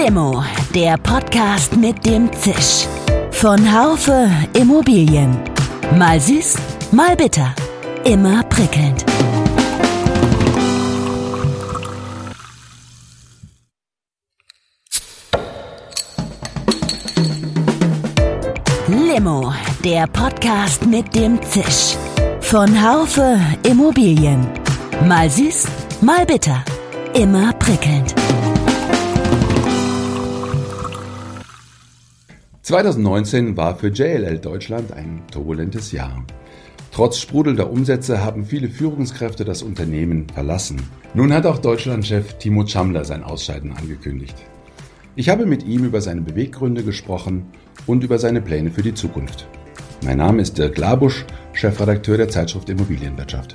Limo, der Podcast mit dem Zisch. Von Haufe Immobilien. Mal süß, mal bitter. Immer prickelnd. Limo, der Podcast mit dem Zisch. Von Haufe Immobilien. Mal süß, mal bitter. Immer prickelnd. 2019 war für JLL Deutschland ein turbulentes Jahr. Trotz sprudelnder Umsätze haben viele Führungskräfte das Unternehmen verlassen. Nun hat auch Deutschlandchef Timo Tschamler sein Ausscheiden angekündigt. Ich habe mit ihm über seine Beweggründe gesprochen und über seine Pläne für die Zukunft. Mein Name ist Dirk Labusch, Chefredakteur der Zeitschrift Immobilienwirtschaft.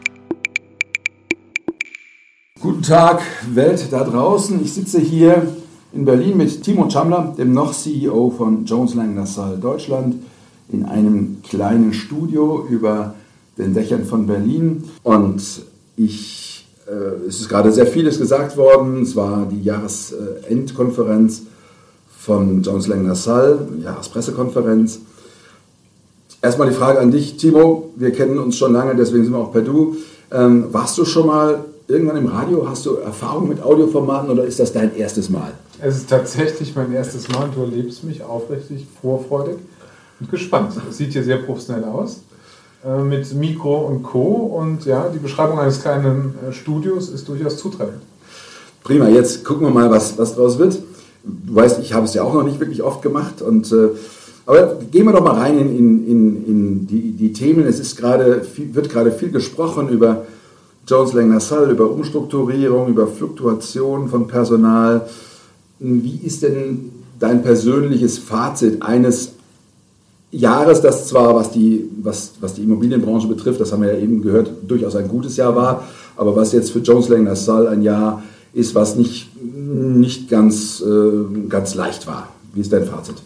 Guten Tag, Welt da draußen. Ich sitze hier in Berlin mit Timo Tschamler, dem noch CEO von Jones Lang LaSalle Deutschland, in einem kleinen Studio über den Dächern von Berlin. Und es ist gerade sehr vieles gesagt worden. Es war die Jahresendkonferenz von Jones Lang LaSalle, Jahrespressekonferenz. Erstmal die Frage an dich, Timo. Wir kennen uns schon lange, deswegen sind wir auch per Du. Warst du schon mal irgendwann im Radio? Hast du Erfahrung mit Audioformaten oder ist das dein erstes Mal? Es ist tatsächlich mein erstes Mal und du erlebst mich aufrichtig, vorfreudig und gespannt. Es sieht hier sehr professionell aus, mit Mikro und Co. Und ja, die Beschreibung eines kleinen Studios ist durchaus zutreffend. Prima, jetzt gucken wir mal, was draus wird. Du weißt, ich habe es ja auch noch nicht wirklich oft gemacht. Aber gehen wir doch mal rein in die Themen. Wird gerade viel gesprochen über Jones Lang LaSalle, über Umstrukturierung, über Fluktuation von Personal. Wie ist denn dein persönliches Fazit eines Jahres, das zwar, was die Immobilienbranche betrifft, das haben wir ja eben gehört, durchaus ein gutes Jahr war, aber was jetzt für Jones Lang LaSalle ein Jahr ist, was nicht ganz leicht war. Wie ist dein Fazit?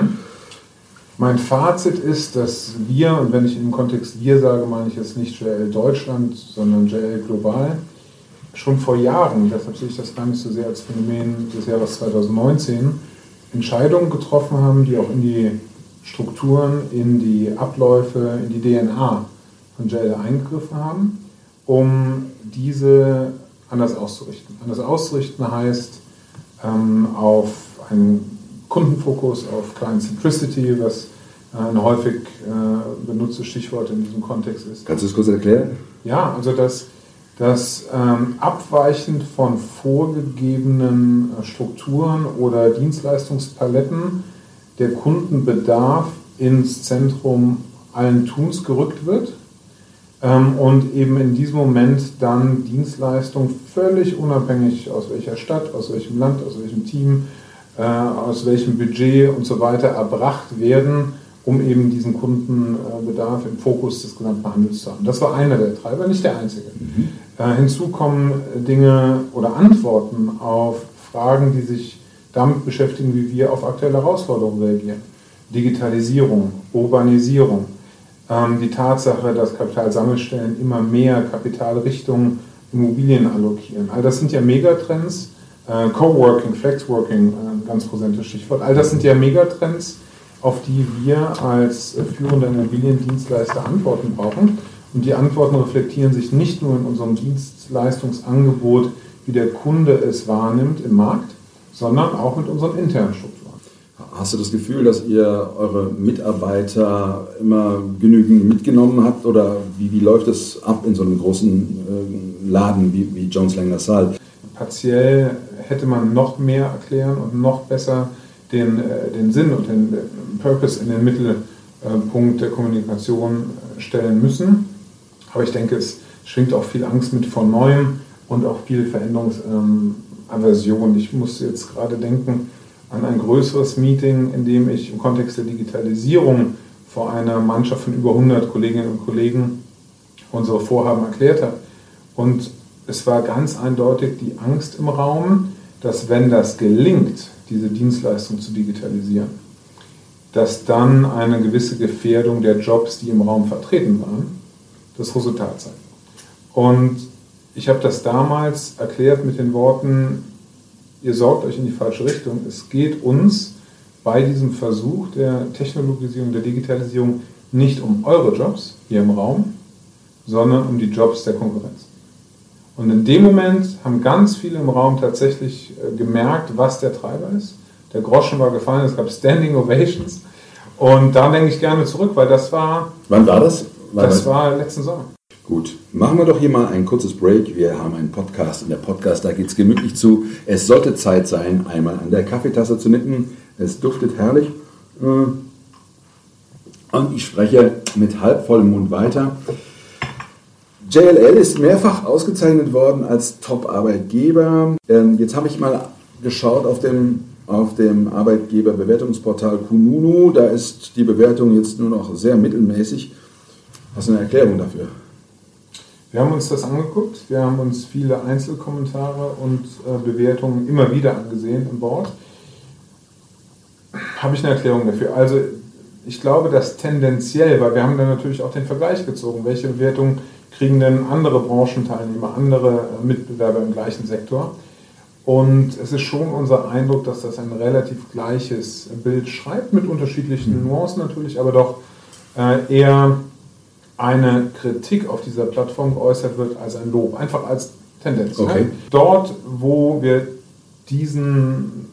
Mein Fazit ist, dass wir, und wenn ich im Kontext wir sage, meine ich jetzt nicht JLL Deutschland, sondern JLL global, schon vor Jahren, deshalb sehe ich das gar nicht so sehr als Phänomen des Jahres 2019, Entscheidungen getroffen haben, die auch in die Strukturen, in die Abläufe, in die DNA von JLL eingegriffen haben, um diese anders auszurichten. Anders auszurichten heißt auf einen Kundenfokus, auf Client Centricity, was ein häufig benutztes Stichwort in diesem Kontext ist. Kannst du es kurz erklären? Ja, also das abweichend von vorgegebenen Strukturen oder Dienstleistungspaletten der Kundenbedarf ins Zentrum allen Tuns gerückt wird und eben in diesem Moment dann Dienstleistungen völlig unabhängig aus welcher Stadt, aus welchem Land, aus welchem Team, aus welchem Budget und so weiter erbracht werden, um eben diesen Kundenbedarf im Fokus des gesamten Handels zu haben. Das war einer der Treiber, nicht der einzige. Hinzu kommen Dinge oder Antworten auf Fragen, die sich damit beschäftigen, wie wir auf aktuelle Herausforderungen reagieren. Digitalisierung, Urbanisierung, die Tatsache, dass Kapitalsammelstellen immer mehr Kapital Richtung Immobilien allokieren. All das sind ja Megatrends. Coworking, Flexworking, ganz präsentes Stichwort. All das sind ja Megatrends, auf die wir als führende Immobiliendienstleister Antworten brauchen. Und die Antworten reflektieren sich nicht nur in unserem Dienstleistungsangebot, wie der Kunde es wahrnimmt im Markt, sondern auch mit unseren internen Strukturen. Hast du das Gefühl, dass ihr eure Mitarbeiter immer genügend mitgenommen habt? Oder wie läuft es ab in so einem großen Laden wie Jones Lang LaSalle? Partiell hätte man noch mehr erklären und noch besser den Sinn und den Purpose in den Mittelpunkt der Kommunikation stellen müssen. Aber ich denke, es schwingt auch viel Angst mit vor Neuem und auch viel Veränderungsaversion. Ich muss jetzt gerade denken an ein größeres Meeting, in dem ich im Kontext der Digitalisierung vor einer Mannschaft von über 100 Kolleginnen und Kollegen unsere Vorhaben erklärt habe. Und es war ganz eindeutig die Angst im Raum, dass wenn das gelingt, diese Dienstleistung zu digitalisieren, dass dann eine gewisse Gefährdung der Jobs, die im Raum vertreten waren, das Resultat sein. Und ich habe das damals erklärt mit den Worten, ihr sorgt euch in die falsche Richtung. Es geht uns bei diesem Versuch der Technologisierung, der Digitalisierung nicht um eure Jobs hier im Raum, sondern um die Jobs der Konkurrenz. Und in dem Moment haben ganz viele im Raum tatsächlich gemerkt, was der Treiber ist. Der Groschen war gefallen, es gab Standing Ovations. Und da denke ich gerne zurück, weil das war... Wann war das? Das war letzten Sommer. Gut, machen wir doch hier mal ein kurzes Break. Wir haben einen Podcast und der Podcast, da geht es gemütlich zu. Es sollte Zeit sein, einmal an der Kaffeetasse zu nippen. Es duftet herrlich. Und ich spreche mit halbvollem Mund weiter. JLL ist mehrfach ausgezeichnet worden als Top-Arbeitgeber. Jetzt habe ich mal geschaut auf dem Arbeitgeberbewertungsportal Kununu. Da ist die Bewertung jetzt nur noch sehr mittelmäßig. Hast du eine Erklärung dafür? Wir haben uns das angeguckt. Wir haben uns viele Einzelkommentare und Bewertungen immer wieder angesehen im Board. Habe ich eine Erklärung dafür? Also ich glaube, dass tendenziell, weil wir haben dann natürlich auch den Vergleich gezogen, welche Bewertungen kriegen denn andere Branchenteilnehmer, andere Mitbewerber im gleichen Sektor. Und es ist schon unser Eindruck, dass das ein relativ gleiches Bild schreibt, mit unterschiedlichen Nuancen natürlich, aber doch eher eine Kritik auf dieser Plattform geäußert wird als ein Lob, einfach als Tendenz. Okay. Dort, wo wir diesen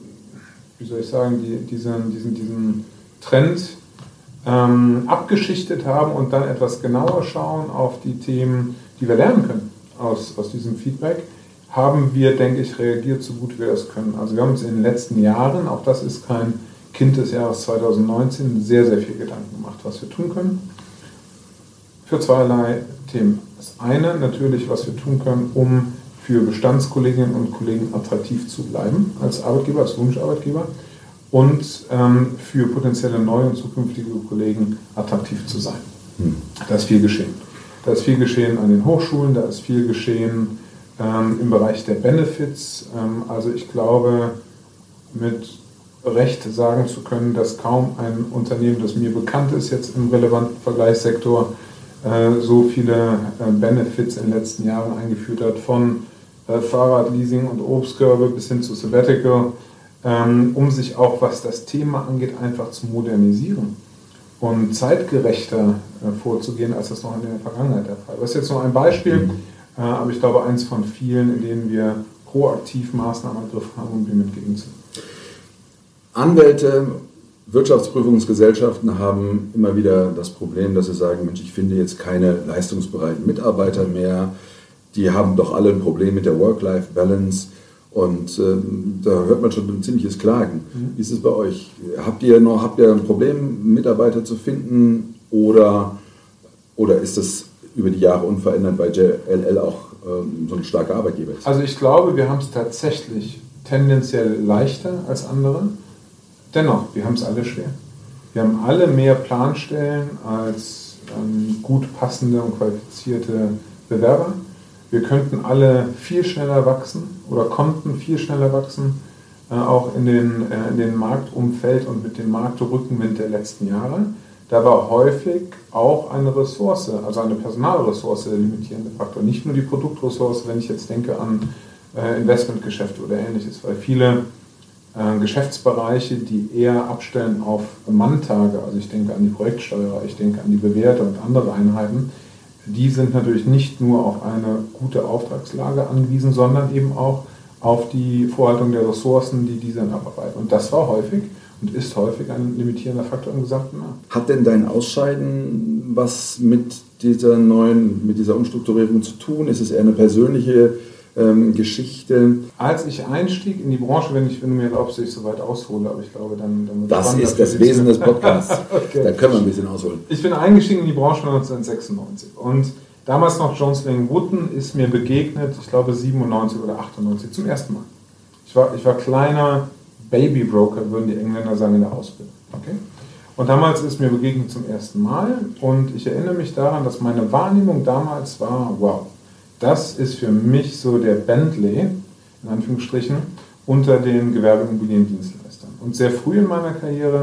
Trend abgeschichtet haben und dann etwas genauer schauen auf die Themen, die wir lernen können aus diesem Feedback, haben wir, denke ich, reagiert, so gut wir das können. Also wir haben uns in den letzten Jahren, auch das ist kein Kind des Jahres 2019, sehr, sehr viel Gedanken gemacht, was wir tun können. Für zweierlei Themen. Das eine natürlich, was wir tun können, um für Bestandskolleginnen und Kollegen attraktiv zu bleiben als Arbeitgeber, als Wunscharbeitgeber und für potenzielle neue und zukünftige Kollegen attraktiv zu sein. Da ist viel geschehen. Da ist viel geschehen an den Hochschulen, da ist viel geschehen im Bereich der Benefits. Also ich glaube, mit Recht sagen zu können, dass kaum ein Unternehmen, das mir bekannt ist, jetzt im relevanten Vergleichssektor, so viele Benefits in den letzten Jahren eingeführt hat, von Fahrradleasing und Obstkörbe bis hin zu Sabbatical, um sich auch, was das Thema angeht, einfach zu modernisieren und zeitgerechter vorzugehen, als das noch in der Vergangenheit der Fall war. Das ist jetzt nur ein Beispiel, aber ich glaube, eins von vielen, in denen wir proaktiv Maßnahmen ergriffen haben, um dem entgegenzuwirken. Anwälte, Wirtschaftsprüfungsgesellschaften haben immer wieder das Problem, dass sie sagen, Mensch, ich finde jetzt keine leistungsbereiten Mitarbeiter mehr, die haben doch alle ein Problem mit der Work-Life-Balance und da hört man schon ein ziemliches Klagen. Wie ist es bei euch? Habt ihr ein Problem, Mitarbeiter zu finden oder ist das über die Jahre unverändert, weil JLL auch so ein starker Arbeitgeber ist? Also ich glaube, wir haben es tatsächlich tendenziell leichter als andere. Dennoch, wir haben es alle schwer. Wir haben alle mehr Planstellen als gut passende und qualifizierte Bewerber. Wir könnten alle viel schneller wachsen oder konnten viel schneller wachsen, auch in den Marktumfeld und mit dem Marktrückenwind der letzten Jahre. Da war häufig auch eine Ressource, also eine Personalressource, der limitierende Faktor. Nicht nur die Produktressource, wenn ich jetzt denke an Investmentgeschäfte oder Ähnliches, weil viele Geschäftsbereiche, die eher abstellen auf Manntage, also ich denke an die Projektsteuer, ich denke an die Bewerter und andere Einheiten, die sind natürlich nicht nur auf eine gute Auftragslage angewiesen, sondern eben auch auf die Vorhaltung der Ressourcen, die diese dann abarbeiten. Und das war häufig und ist häufig ein limitierender Faktor im gesamten Markt. Hat denn dein Ausscheiden was mit dieser Umstrukturierung zu tun? Ist es eher eine persönliche Geschichte? Als ich einstieg in die Branche, wenn du mir erlaubst, dass ich so weit aushole, aber ich glaube, dann das ist das Wesen des Podcasts. Okay. Da können wir ein bisschen ausholen. Ich bin eingestiegen in die Branche 1996 und damals noch Jones Lang Wootton ist mir begegnet, ich glaube 97 oder 98 zum ersten Mal. Ich war kleiner Babybroker, würden die Engländer sagen, in der Ausbildung. Okay? Und damals ist mir begegnet zum ersten Mal und ich erinnere mich daran, dass meine Wahrnehmung damals war, wow, das ist für mich so der Bentley, in Anführungsstrichen, unter den Gewerbeimmobiliendienstleistern. Und sehr früh in meiner Karriere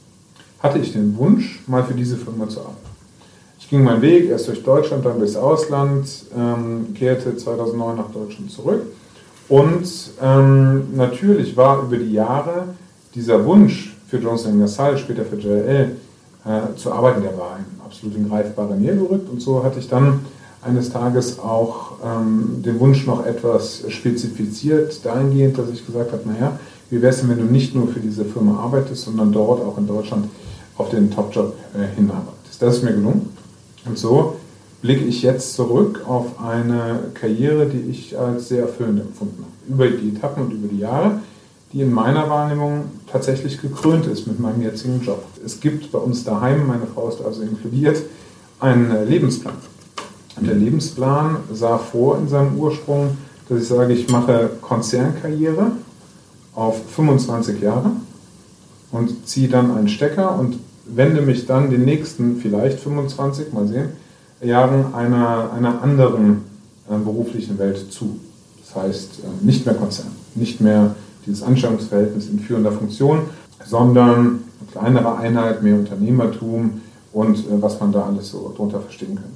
hatte ich den Wunsch, mal für diese Firma zu arbeiten. Ich ging meinen Weg, erst durch Deutschland, dann durchs Ausland, kehrte 2009 nach Deutschland zurück Und natürlich war über die Jahre dieser Wunsch für Johnson & Lassalle, später für JLL, zu arbeiten, der war absolut in greifbare Nähe gerückt. Und so hatte ich dann eines Tages auch den Wunsch noch etwas spezifiziert, dahingehend, dass ich gesagt habe, naja, wie wäre es denn, wenn du nicht nur für diese Firma arbeitest, sondern dort auch in Deutschland auf den Top-Job hinarbeitest. Das ist mir gelungen. Und so blicke ich jetzt zurück auf eine Karriere, die ich als sehr erfüllend empfunden habe. Über die Etappen und über die Jahre, die in meiner Wahrnehmung tatsächlich gekrönt ist mit meinem jetzigen Job. Es gibt bei uns daheim, meine Frau ist also inkludiert, einen Lebensplan. Und der Lebensplan sah vor in seinem Ursprung, dass ich sage, ich mache Konzernkarriere auf 25 Jahre und ziehe dann einen Stecker und wende mich dann den nächsten, vielleicht 25, mal sehen, Jahren einer anderen beruflichen Welt zu. Das heißt, nicht mehr Konzern, nicht mehr dieses Anstellungsverhältnis in führender Funktion, sondern eine kleinere Einheit, mehr Unternehmertum und was man da alles so drunter verstehen könnte.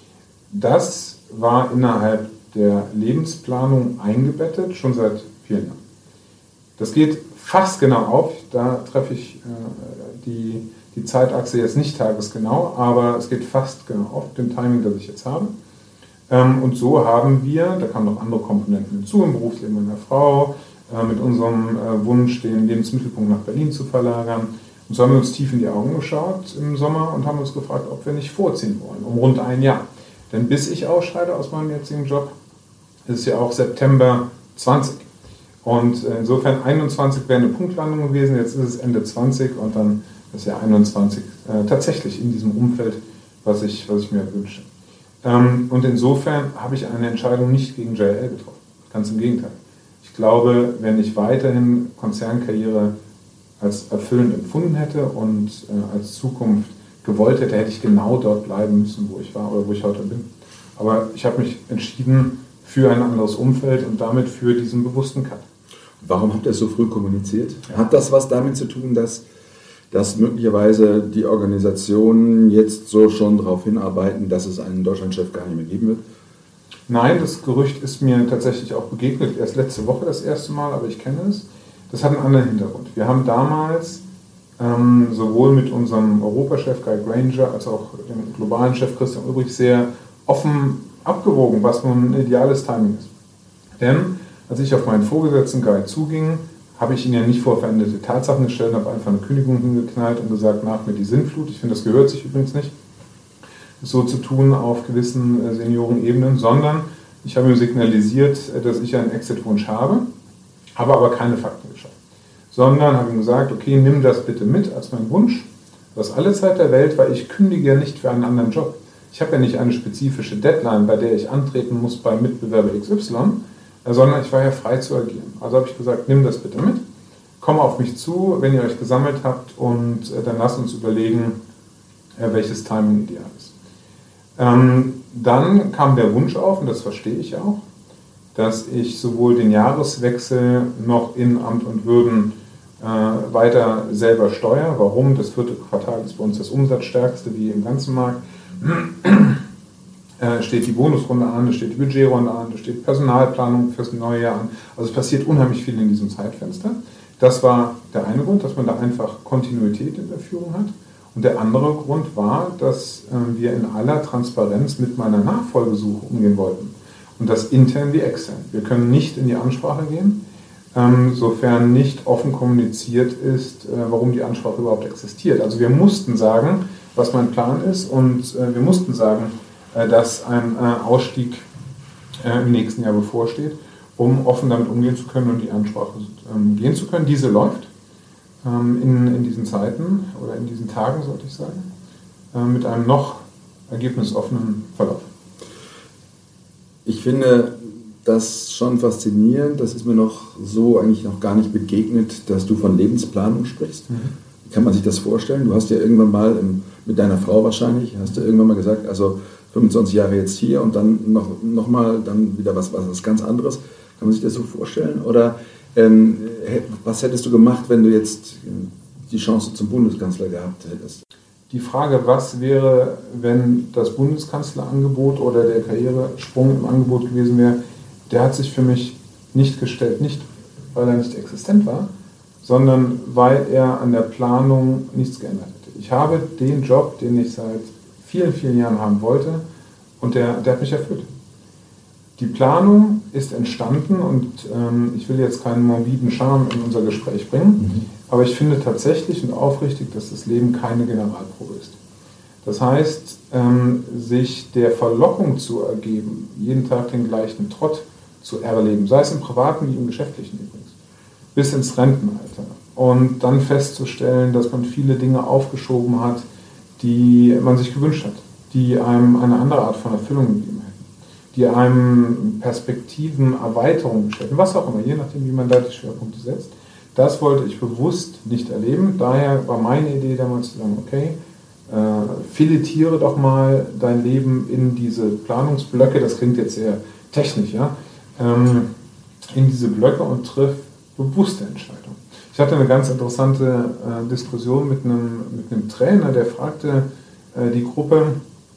Das war innerhalb der Lebensplanung eingebettet, schon seit vielen Jahren. Das geht fast genau auf, da treffe ich die Zeitachse jetzt nicht tagesgenau, aber es geht fast genau auf dem Timing, das ich jetzt habe. Und so haben wir, da kamen noch andere Komponenten hinzu im Berufsleben meiner Frau, mit unserem Wunsch, den Lebensmittelpunkt nach Berlin zu verlagern. Und so haben wir uns tief in die Augen geschaut im Sommer und haben uns gefragt, ob wir nicht vorziehen wollen, um rund ein Jahr. Denn bis ich ausscheide aus meinem jetzigen Job, ist es ja auch September 20. Und insofern 21 wäre eine Punktlandung gewesen, jetzt ist es Ende 20 und dann ist ja 21 tatsächlich in diesem Umfeld, was ich mir wünsche. Und insofern habe ich eine Entscheidung nicht gegen JLL getroffen. Ganz im Gegenteil. Ich glaube, wenn ich weiterhin Konzernkarriere als erfüllend empfunden hätte und als Zukunft gewollt hätte, hätte ich genau dort bleiben müssen, wo ich war oder wo ich heute bin. Aber ich habe mich entschieden für ein anderes Umfeld und damit für diesen bewussten Cut. Warum habt ihr es so früh kommuniziert? Ja. Hat das was damit zu tun, dass möglicherweise die Organisationen jetzt so schon darauf hinarbeiten, dass es einen Deutschlandchef gar nicht mehr geben wird? Nein, das Gerücht ist mir tatsächlich auch begegnet, erst letzte Woche das erste Mal, aber ich kenne es. Das hat einen anderen Hintergrund. Wir haben damals sowohl mit unserem Europachef Guy Granger als auch dem globalen Chef Christian Ulbrich sehr offen abgewogen, was nun ein ideales Timing ist. Denn als ich auf meinen Vorgesetzten Guy zuging, habe ich ihn ja nicht vor veränderte Tatsachen gestellt, habe einfach eine Kündigung hingeknallt und gesagt, nach mir die Sinnflut. Ich finde, das gehört sich übrigens nicht, so zu tun auf gewissen Seniorenebenen, sondern ich habe ihm signalisiert, dass ich einen Exit-Wunsch habe aber keine Fakten geschaffen. Sondern habe ihm gesagt, okay, nimm das bitte mit als mein Wunsch. Du hast alle Zeit der Welt, weil ich kündige ja nicht für einen anderen Job. Ich habe ja nicht eine spezifische Deadline, bei der ich antreten muss beim Mitbewerber XY, sondern ich war ja frei zu agieren. Also habe ich gesagt, nimm das bitte mit, komm auf mich zu, wenn ihr euch gesammelt habt und dann lasst uns überlegen, welches Timing ideal ist. Dann kam der Wunsch auf, und das verstehe ich auch, dass ich sowohl den Jahreswechsel noch in Amt und Würden weiter selber steuere. Warum? Das 4. Quartal ist bei uns das umsatzstärkste wie im ganzen Markt. Steht die Bonusrunde an, es steht die Budgetrunde an, es steht Personalplanung fürs neue Jahr an. Also es passiert unheimlich viel in diesem Zeitfenster. Das war der eine Grund, dass man da einfach Kontinuität in der Führung hat. Und der andere Grund war, dass wir in aller Transparenz mit meiner Nachfolgesuche umgehen wollten. Und das intern wie extern. Wir können nicht in die Ansprache gehen, sofern nicht offen kommuniziert ist, warum die Ansprache überhaupt existiert. Also wir mussten sagen, was mein Plan ist, und wir mussten sagen, dass ein Ausstieg im nächsten Jahr bevorsteht, um offen damit umgehen zu können und die Ansprache gehen zu können. Diese läuft in diesen Zeiten oder in diesen Tagen, sollte ich sagen, mit einem noch ergebnisoffenen Verlauf. Ich finde das schon faszinierend. Das ist mir eigentlich noch gar nicht begegnet, dass du von Lebensplanung sprichst. Wie kann man sich das vorstellen? Du hast ja irgendwann mal mit deiner Frau wahrscheinlich, hast du irgendwann mal gesagt, also 25 Jahre jetzt hier und dann noch mal dann wieder was ganz anderes. Kann man sich das so vorstellen? Oder was hättest du gemacht, wenn du jetzt die Chance zum Bundeskanzler gehabt hättest? Die Frage, was wäre, wenn das Bundeskanzlerangebot oder der Karrieresprung im Angebot gewesen wäre, der hat sich für mich nicht gestellt, nicht weil er nicht existent war, sondern weil er an der Planung nichts geändert hätte. Ich habe den Job, den ich seit vielen, vielen Jahren haben wollte, und der hat mich erfüllt. Die Planung ist entstanden und ich will jetzt keinen morbiden Charme in unser Gespräch bringen, aber ich finde tatsächlich und aufrichtig, dass das Leben keine Generalprobe ist. Das heißt, sich der Verlockung zu ergeben, jeden Tag den gleichen Trott zu erleben, sei es im privaten wie im geschäftlichen übrigens, bis ins Rentenalter. Und dann festzustellen, dass man viele Dinge aufgeschoben hat, die man sich gewünscht hat, die einem eine andere Art von Erfüllung gegeben hätten, die einem Perspektivenerweiterung hätten, was auch immer, je nachdem, wie man da die Schwerpunkte setzt. Das wollte ich bewusst nicht erleben. Daher war meine Idee damals zu sagen, okay, filetiere doch mal dein Leben in diese Planungsblöcke, das klingt jetzt sehr technisch, ja, in diese Blöcke und triff bewusste Entscheidungen. Ich hatte eine ganz interessante Diskussion mit einem Trainer, der fragte die Gruppe,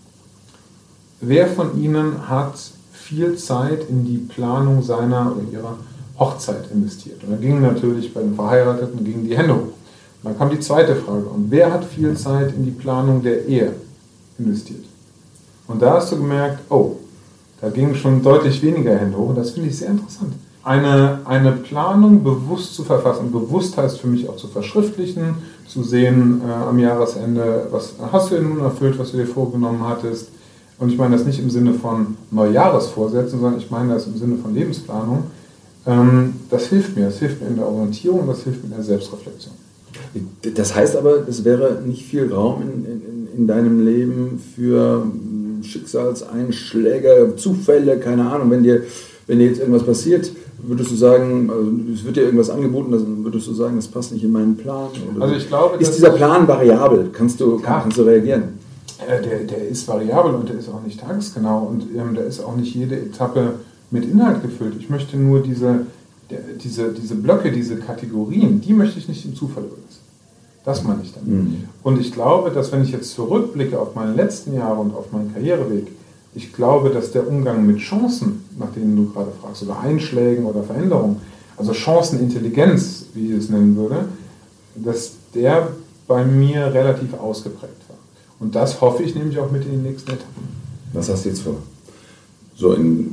wer von Ihnen hat viel Zeit in die Planung seiner oder ihrer Hochzeit investiert? Und da gingen natürlich bei den Verheirateten die Hände hoch. Und dann kam die zweite Frage, und wer hat viel Zeit in die Planung der Ehe investiert? Und da hast du gemerkt, oh, da gingen schon deutlich weniger Hände hoch, und das finde ich sehr interessant. Eine Planung bewusst zu verfassen, bewusst heißt für mich auch zu verschriftlichen, zu sehen am Jahresende, was hast du denn nun erfüllt, was du dir vorgenommen hattest. Und ich meine das nicht im Sinne von Neujahresvorsätzen, sondern ich meine das im Sinne von Lebensplanung. Das hilft mir in der Orientierung, das hilft mir in der Selbstreflexion. Das heißt aber, es wäre nicht viel Raum in deinem Leben für Schicksalseinschläge, Zufälle, keine Ahnung. Wenn dir jetzt irgendwas passiert, würdest du sagen, also es wird dir irgendwas angeboten, dann würdest du sagen, das passt nicht in meinen Plan? Oder also ich glaube, ist dieser Plan variabel? Kannst du reagieren? Der ist variabel und der ist auch nicht tagesgenau und da ist auch nicht jede Etappe mit Inhalt gefüllt. Ich möchte nur diese Blöcke, diese Kategorien, die möchte ich nicht im Zufall überlassen. Das meine ich damit. Und ich glaube, dass wenn ich jetzt zurückblicke auf meine letzten Jahre und auf meinen Karriereweg, ich glaube, dass der Umgang mit Chancen, nach denen du gerade fragst, oder Einschlägen oder Veränderungen, also Chancenintelligenz, wie ich es nennen würde, dass der bei mir relativ ausgeprägt war. Und das hoffe ich nämlich auch mit in den nächsten Etappen. Was hast du jetzt vor? So in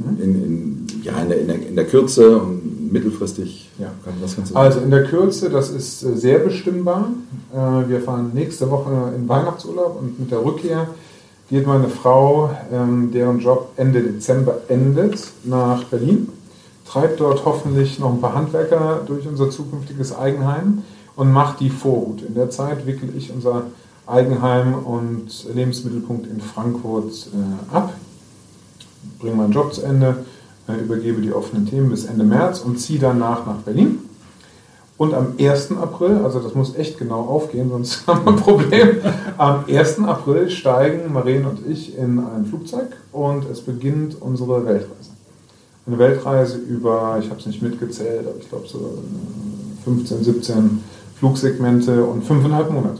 der Kürze und mittelfristig? Ja. Was kannst du sagen? Also in der Kürze, das ist sehr bestimmbar. Wir fahren nächste Woche in Weihnachtsurlaub und mit der Rückkehr geht meine Frau, deren Job Ende Dezember endet, nach Berlin, treibt dort hoffentlich noch ein paar Handwerker durch unser zukünftiges Eigenheim und macht die Vorhut. In der Zeit wickle ich unser Eigenheim und Lebensmittelpunkt in Frankfurt ab, bringe meinen Job zu Ende, übergebe die offenen Themen bis Ende März und ziehe danach nach Berlin. Und am 1. April, also das muss echt genau aufgehen, sonst haben wir ein Problem, am 1. April steigen Maren und ich in ein Flugzeug und es beginnt unsere Weltreise. Eine Weltreise über, ich habe es nicht mitgezählt, aber ich glaube so 15, 17 Flugsegmente und 5,5 Monate.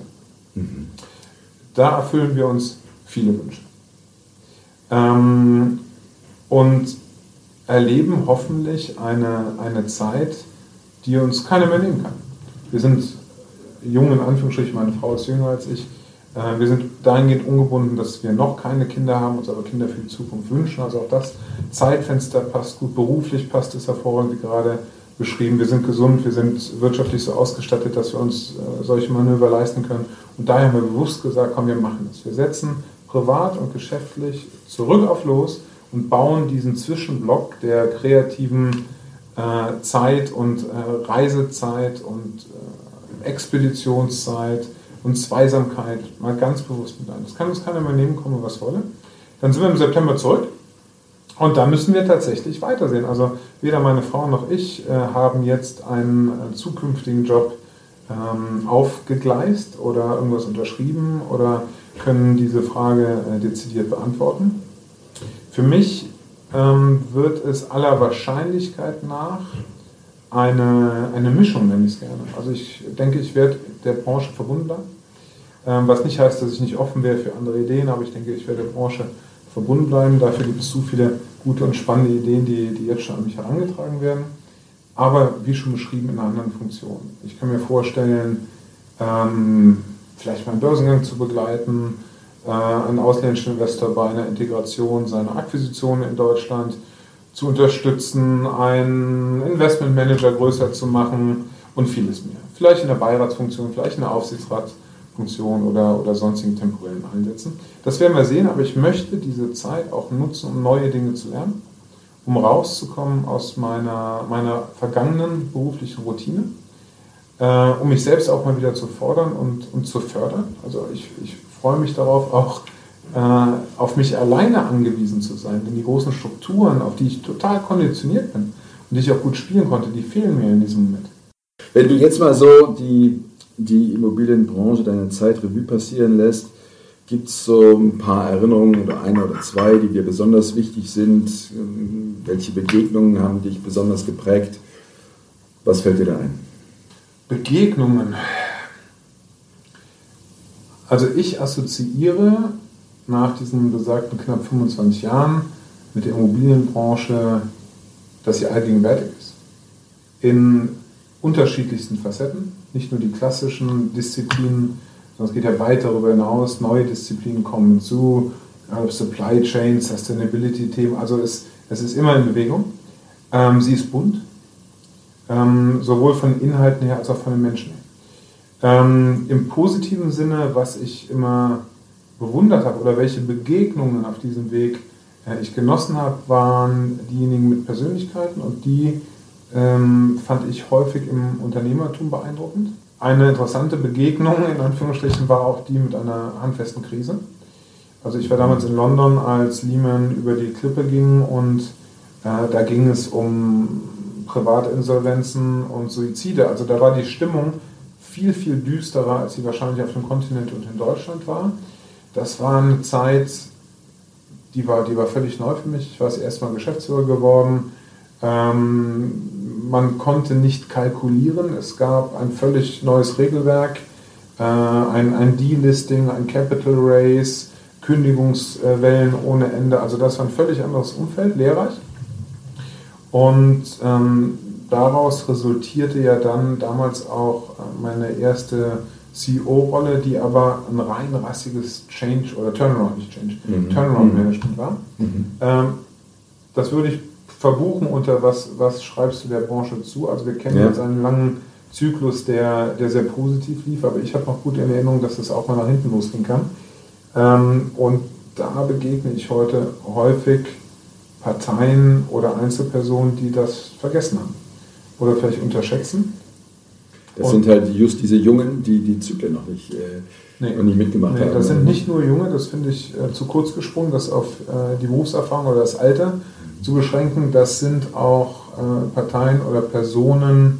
Da erfüllen wir uns viele Wünsche. Und erleben hoffentlich eine Zeit, die uns keiner mehr nehmen kann. Wir sind jung, in Anführungsstrichen, meine Frau ist jünger als ich. Wir sind dahingehend ungebunden, dass wir noch keine Kinder haben, uns aber Kinder für die Zukunft wünschen. Also auch das Zeitfenster passt gut, beruflich passt es hervorragend, wie gerade beschrieben. Wir sind gesund, wir sind wirtschaftlich so ausgestattet, dass wir uns solche Manöver leisten können. Und daher haben wir bewusst gesagt, komm, wir machen das. Wir setzen privat und geschäftlich zurück auf los und bauen diesen Zwischenblock der kreativen Zeit und Reisezeit und Expeditionszeit und Zweisamkeit mal ganz bewusst mit ein. Das kann uns keiner mehr nehmen, komme was wolle. Dann sind wir im September zurück und da müssen wir tatsächlich weitersehen. Also weder meine Frau noch ich haben jetzt einen zukünftigen Job aufgegleist oder irgendwas unterschrieben oder können diese Frage dezidiert beantworten. Für mich wird es aller Wahrscheinlichkeit nach eine Mischung, nenne ich es gerne. Also ich denke, ich werde der Branche verbunden bleiben, was nicht heißt, dass ich nicht offen wäre für andere Ideen, aber ich denke, ich werde der Branche verbunden bleiben. Dafür gibt es zu viele gute und spannende Ideen, die jetzt schon an mich herangetragen werden. aber wie schon beschrieben in einer anderen Funktion. Ich kann mir vorstellen, vielleicht mal einen Börsengang zu begleiten, einen ausländischen Investor bei einer Integration seiner Akquisitionen in Deutschland zu unterstützen, einen Investmentmanager größer zu machen und vieles mehr. Vielleicht in der Beiratsfunktion, vielleicht in der Aufsichtsratsfunktion oder sonstigen temporären Einsätzen. Das werden wir sehen, aber ich möchte diese Zeit auch nutzen, um neue Dinge zu lernen, um rauszukommen aus meiner vergangenen beruflichen Routine, um mich selbst auch mal wieder zu fordern und zu fördern. Also ich freue mich darauf, auch auf mich alleine angewiesen zu sein, denn die großen Strukturen, auf die ich total konditioniert bin und die ich auch gut spielen konnte, die fehlen mir in diesem Moment. Wenn du jetzt mal so die Immobilienbranche, deine Zeit Revue passieren lässt, gibt es so ein paar Erinnerungen oder eine oder zwei, die dir besonders wichtig sind? Welche Begegnungen haben dich besonders geprägt? Was fällt dir da ein? Begegnungen. Also ich assoziiere nach diesen besagten knapp 25 Jahren mit der Immobilienbranche, dass sie allgegenwärtig ist. In unterschiedlichsten Facetten, nicht nur die klassischen Disziplinen, sondern es geht ja weit darüber hinaus, neue Disziplinen kommen hinzu, Supply Chain, Sustainability-Themen, also es ist immer in Bewegung. Sie ist bunt, sowohl von Inhalten her als auch von den Menschen her. Im positiven Sinne, was ich immer bewundert habe oder welche Begegnungen auf diesem Weg ich genossen habe, waren diejenigen mit Persönlichkeiten und die fand ich häufig im Unternehmertum beeindruckend. Eine interessante Begegnung, in Anführungsstrichen, war auch die mit einer handfesten Krise. Also ich war damals in London, als Lehman über die Klippe ging und da ging es um Privatinsolvenzen und Suizide. Also da war die Stimmung viel, viel düsterer, als sie wahrscheinlich auf dem Kontinent und in Deutschland war. Das war eine Zeit, die war völlig neu für mich. Ich war das erste Mal Geschäftsführer geworden. Man konnte nicht kalkulieren. Es gab ein völlig neues Regelwerk, ein Delisting, ein Capital Raise, Kündigungswellen ohne Ende. Also das war ein völlig anderes Umfeld, lehrreich. Und daraus resultierte ja dann damals auch meine erste CEO-Rolle, die aber ein rein rassiges Turnaround-Management war. Das würde ich verbuchen unter was schreibst du der Branche zu. Also wir kennen jetzt einen langen Zyklus, der sehr positiv lief, aber ich habe noch gut in Erinnerung, dass es auch mal nach hinten losgehen kann. Und da begegne ich heute häufig Parteien oder Einzelpersonen, die das vergessen haben oder vielleicht unterschätzen. Das sind halt just diese Jungen, die Zyklen noch nicht mitgemacht haben. Das sind nicht nur Junge, das finde ich zu kurz gesprungen, das auf die Berufserfahrung oder das Alter zu beschränken. Das sind auch Parteien oder Personen,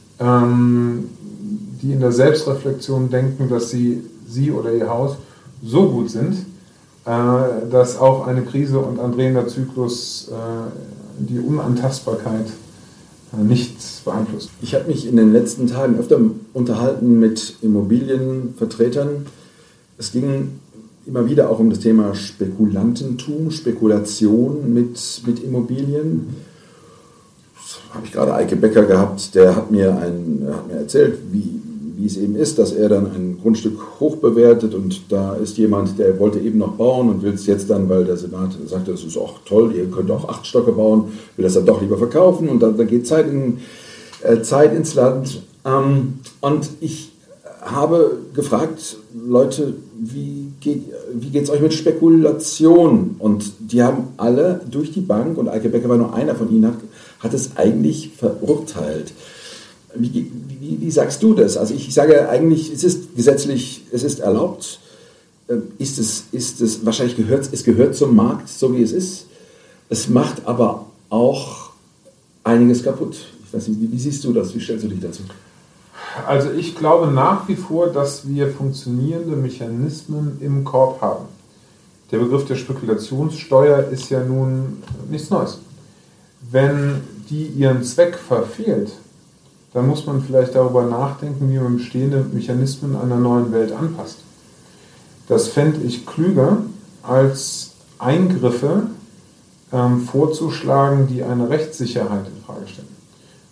die in der Selbstreflexion denken, dass sie oder ihr Haus so gut sind, dass auch eine Krise und ein drehender Zyklus die Unantastbarkeit nichts beeinflusst. Ich habe mich in den letzten Tagen öfter unterhalten mit Immobilienvertretern. Es ging immer wieder auch um das Thema Spekulantentum, Spekulation mit Immobilien. Das habe ich gerade Eike Becker gehabt, der hat mir erzählt, wie es eben ist, dass er dann ein Grundstück hoch bewertet und da ist jemand, der wollte eben noch bauen und will es jetzt dann, weil der Senat sagte, das ist auch toll, ihr könnt auch 8 Stocke bauen, will das dann doch lieber verkaufen und dann geht Zeit ins Land. Und ich habe gefragt, Leute, wie geht's euch mit Spekulation? Und die haben alle durch die Bank, und Eike Becker war nur einer von ihnen, hat es eigentlich verurteilt. Wie sagst du das? Also ich sage eigentlich, es ist gesetzlich, es ist erlaubt. Ist es wahrscheinlich gehört zum Markt, so wie es ist. Es macht aber auch einiges kaputt. Ich weiß nicht, wie siehst du das? Wie stellst du dich dazu? Also ich glaube nach wie vor, dass wir funktionierende Mechanismen im Korb haben. Der Begriff der Spekulationssteuer ist ja nun nichts Neues. Wenn die ihren Zweck verfehlt, dann muss man vielleicht darüber nachdenken, wie man bestehende Mechanismen einer neuen Welt anpasst. Das fände ich klüger, als Eingriffe vorzuschlagen, die eine Rechtssicherheit in Frage stellen.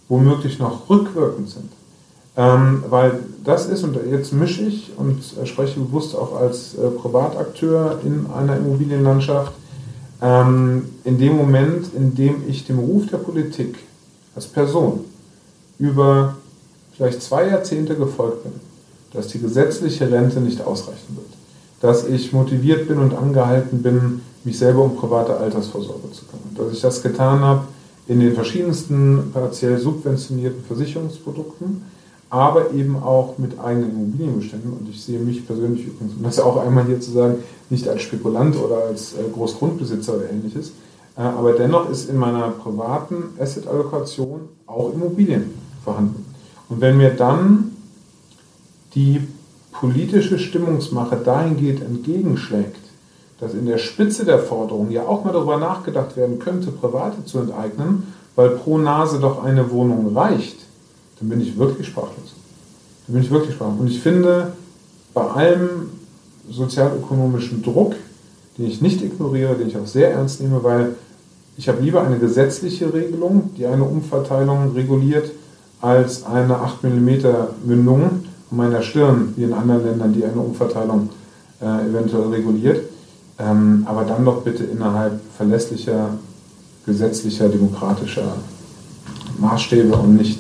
womöglich noch rückwirkend sind. Weil das ist, und jetzt mische ich und spreche bewusst auch als Privatakteur in einer Immobilienlandschaft, in dem Moment, in dem ich dem Ruf der Politik als Person über vielleicht 2 Jahrzehnte gefolgt bin, dass die gesetzliche Rente nicht ausreichen wird, dass ich motiviert bin und angehalten bin, mich selber um private Altersvorsorge zu kümmern, dass ich das getan habe in den verschiedensten partiell subventionierten Versicherungsprodukten, aber eben auch mit eigenen Immobilienbeständen. Und ich sehe mich persönlich übrigens, um das auch einmal hier zu sagen, nicht als Spekulant oder als Großgrundbesitzer oder ähnliches, aber dennoch ist in meiner privaten Asset-Allokation auch Immobilien vorhanden. Und wenn mir dann die politische Stimmungsmache dahingehend entgegenschlägt, dass in der Spitze der Forderung ja auch mal darüber nachgedacht werden könnte, Private zu enteignen, weil pro Nase doch eine Wohnung reicht, dann bin ich wirklich sprachlos. Und ich finde, bei allem sozialökonomischen Druck, den ich nicht ignoriere, den ich auch sehr ernst nehme, weil ich habe lieber eine gesetzliche Regelung, die eine Umverteilung reguliert, als eine 8 mm Mündung an meiner Stirn, wie in anderen Ländern, die eine Umverteilung eventuell reguliert. Aber dann doch bitte innerhalb verlässlicher, gesetzlicher, demokratischer Maßstäbe und nicht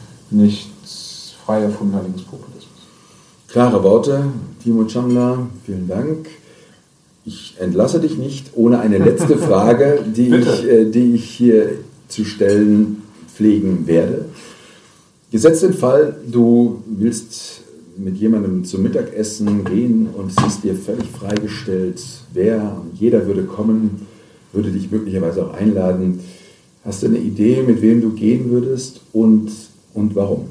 frei erfundener Linkspopulismus. Klare Worte, Timo Tschamler, vielen Dank. Ich entlasse dich nicht ohne eine letzte Frage, die ich hier zu stellen pflegen werde. Gesetzt den Fall, du willst mit jemandem zum Mittagessen gehen und es ist dir völlig freigestellt, jeder würde kommen, würde dich möglicherweise auch einladen. Hast du eine Idee, mit wem du gehen würdest und warum?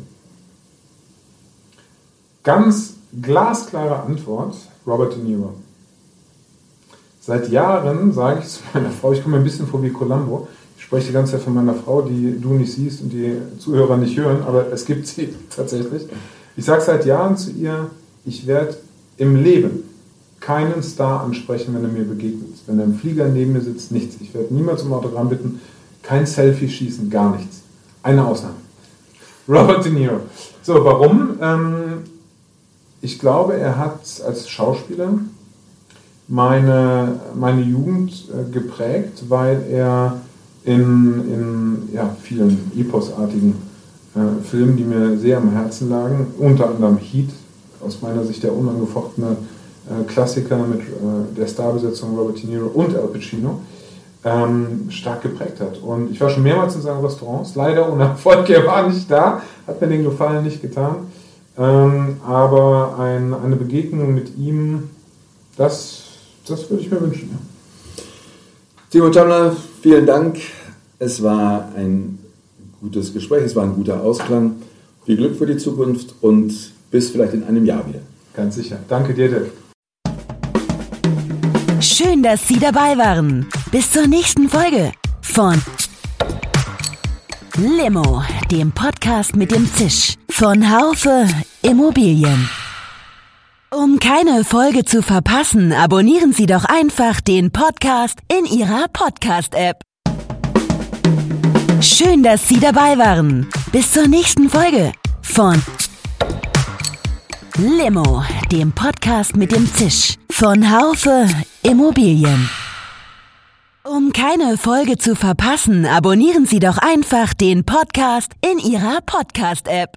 Ganz glasklare Antwort, Robert De Niro. Seit Jahren sage ich zu meiner Frau, ich komme mir ein bisschen vor wie Columbo, ich spreche die ganze Zeit von meiner Frau, die du nicht siehst und die Zuhörer nicht hören, aber es gibt sie tatsächlich. Ich sage seit Jahren zu ihr, ich werde im Leben keinen Star ansprechen, wenn er mir begegnet. Wenn er im Flieger neben mir sitzt, nichts. Ich werde niemals um Autogramm bitten, kein Selfie schießen, gar nichts. Eine Ausnahme. Robert De Niro. So, warum? Ich glaube, er hat als Schauspieler meine Jugend geprägt, weil er in vielen eposartigen Filmen, die mir sehr am Herzen lagen, unter anderem Heat, aus meiner Sicht der unangefochtene Klassiker mit der Starbesetzung Robert De Niro und Al Pacino, stark geprägt hat. Und ich war schon mehrmals in seinen Restaurants, leider ohne Erfolg, er war nicht da, hat mir den Gefallen nicht getan. Aber eine Begegnung mit ihm, das würde ich mir wünschen. Ja. Timo Tschamler, vielen Dank. Es war ein gutes Gespräch, es war ein guter Ausklang. Viel Glück für die Zukunft und bis vielleicht in einem Jahr wieder. Ganz sicher. Danke dir, Dirk. Schön, dass Sie dabei waren. Bis zur nächsten Folge von Limo, dem Podcast mit dem Zisch von Haufe Immobilien. Um keine Folge zu verpassen, abonnieren Sie doch einfach den Podcast in Ihrer Podcast-App. Schön, dass Sie dabei waren. Bis zur nächsten Folge von Limo, dem Podcast mit dem Zisch von Haufe Immobilien. Um keine Folge zu verpassen, abonnieren Sie doch einfach den Podcast in Ihrer Podcast-App.